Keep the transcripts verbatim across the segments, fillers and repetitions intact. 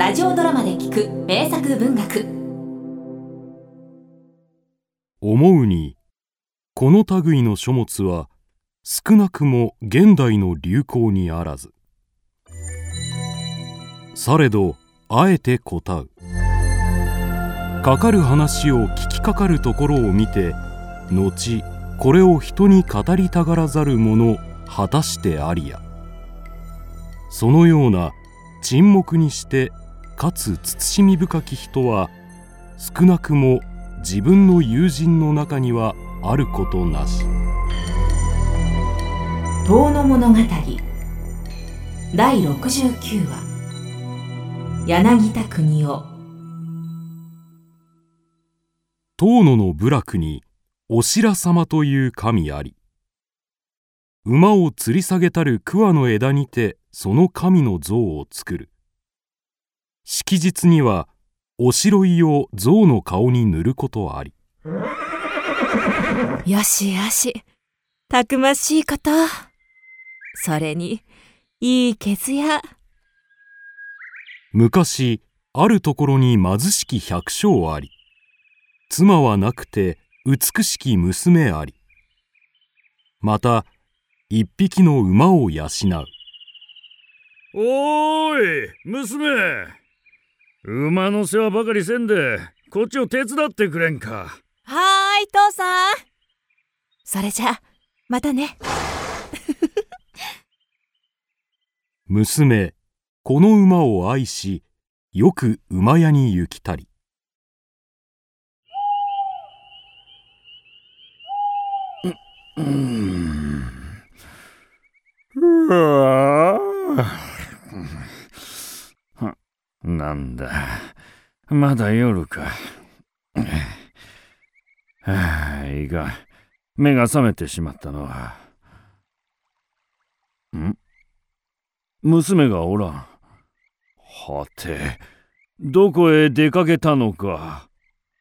ラジオドラマで聞く名作文学。 思うに、この類の書物は少なくも現代の流行にあらず。されどあえて答う。かかる話を聞きかかるところを見て、後これを人に語りたがらざる者果たしてありや。そのような沈黙にしてかつ慎み深き人は、少なくも自分の友人の中にはあることなし。 遠野物語だいろくじゅうきゅうわ、柳田国男。 遠野の部落にお白様という神あり。馬を吊り下げたる桑の枝にてその神の像を作る。式日にはおしろいを像の顔に塗ることあり。 よしよし、たくましいこと。それにいい毛艶。 昔あるところに貧しき百姓あり。妻はなくて美しき娘あり。また一匹の馬を養う。 おーい娘、馬の世話ばかりせんでこっちを手伝ってくれんか。 はーい父さん。それじゃまたね。 娘、この馬を愛し、よく馬屋に行きたり。 うーんうわぁなんだ、まだ夜か。はあ、いいが目が覚めてしまったのは。ん娘がおらん。はて、どこへ出かけたのか。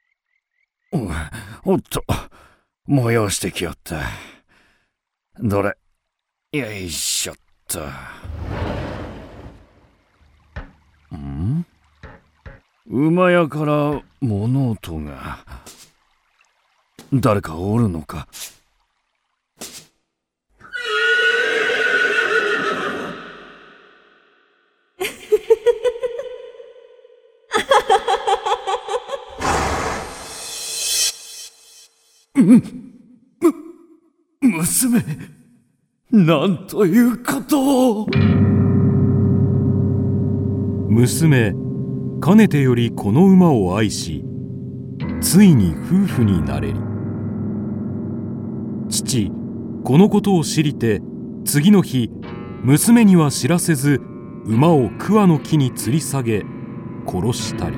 おっと、催してきよった。どれ、よいしょっと。ん？馬屋から物音が。誰かおるのか。む、娘、なんということを。 娘、かねてよりこの馬を愛し、ついに夫婦になれり。父、このことを知りて、次の日、娘には知らせず、馬を桑の木に吊り下げ、殺したり。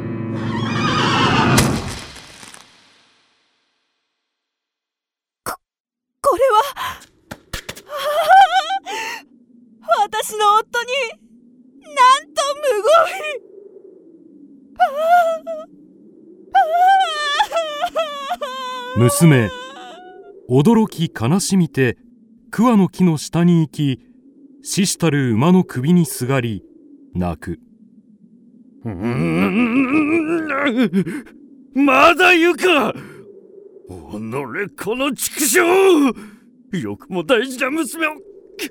これは私の夫になんとむごい。 娘、驚き悲しみて桑の木の下に行き、死したる馬の首にすがり泣く。 うーん、まだ言うか。おのれ、この畜生、よくも大事な娘を。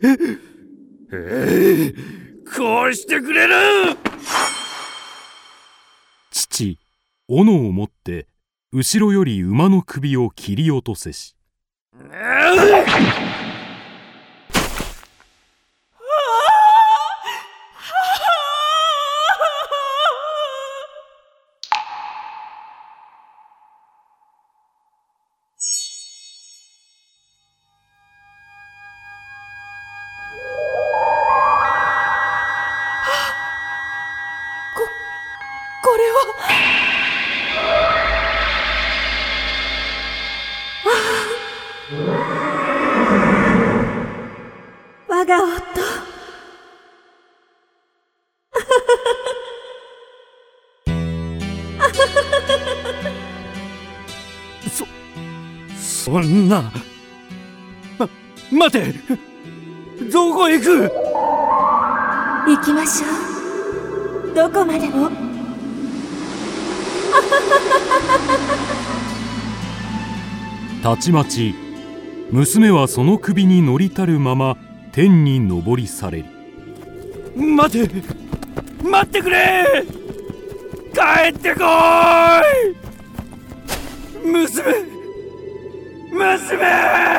ええ、こうしてくれる。 父、斧を持って後ろより馬の首を切り落とせし。 これは我が夫。 そ、そんな。ま、待て、どこへ行く。 行きましょう。どこまでも。 たちまち娘はその首に乗りたるまま天に昇りされる。 待て待ってくれ、帰ってこい娘娘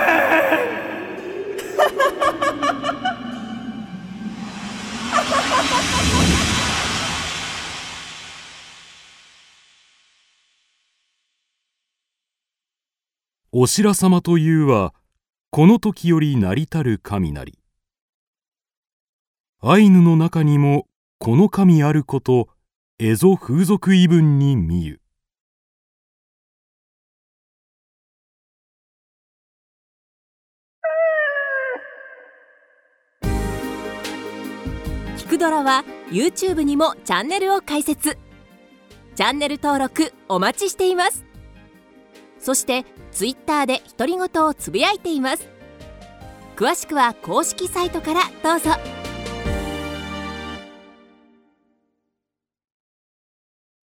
おしらさまというはこの時より成りたる神なり。アイヌの中にもこの神あること蝦夷風俗異文に見ゆ。 ひくドラは YouTube にもチャンネルを開設。チャンネル登録お待ちしています。そしてTwitter で独り言をつぶやいています。詳しくは公式サイトからどうぞ。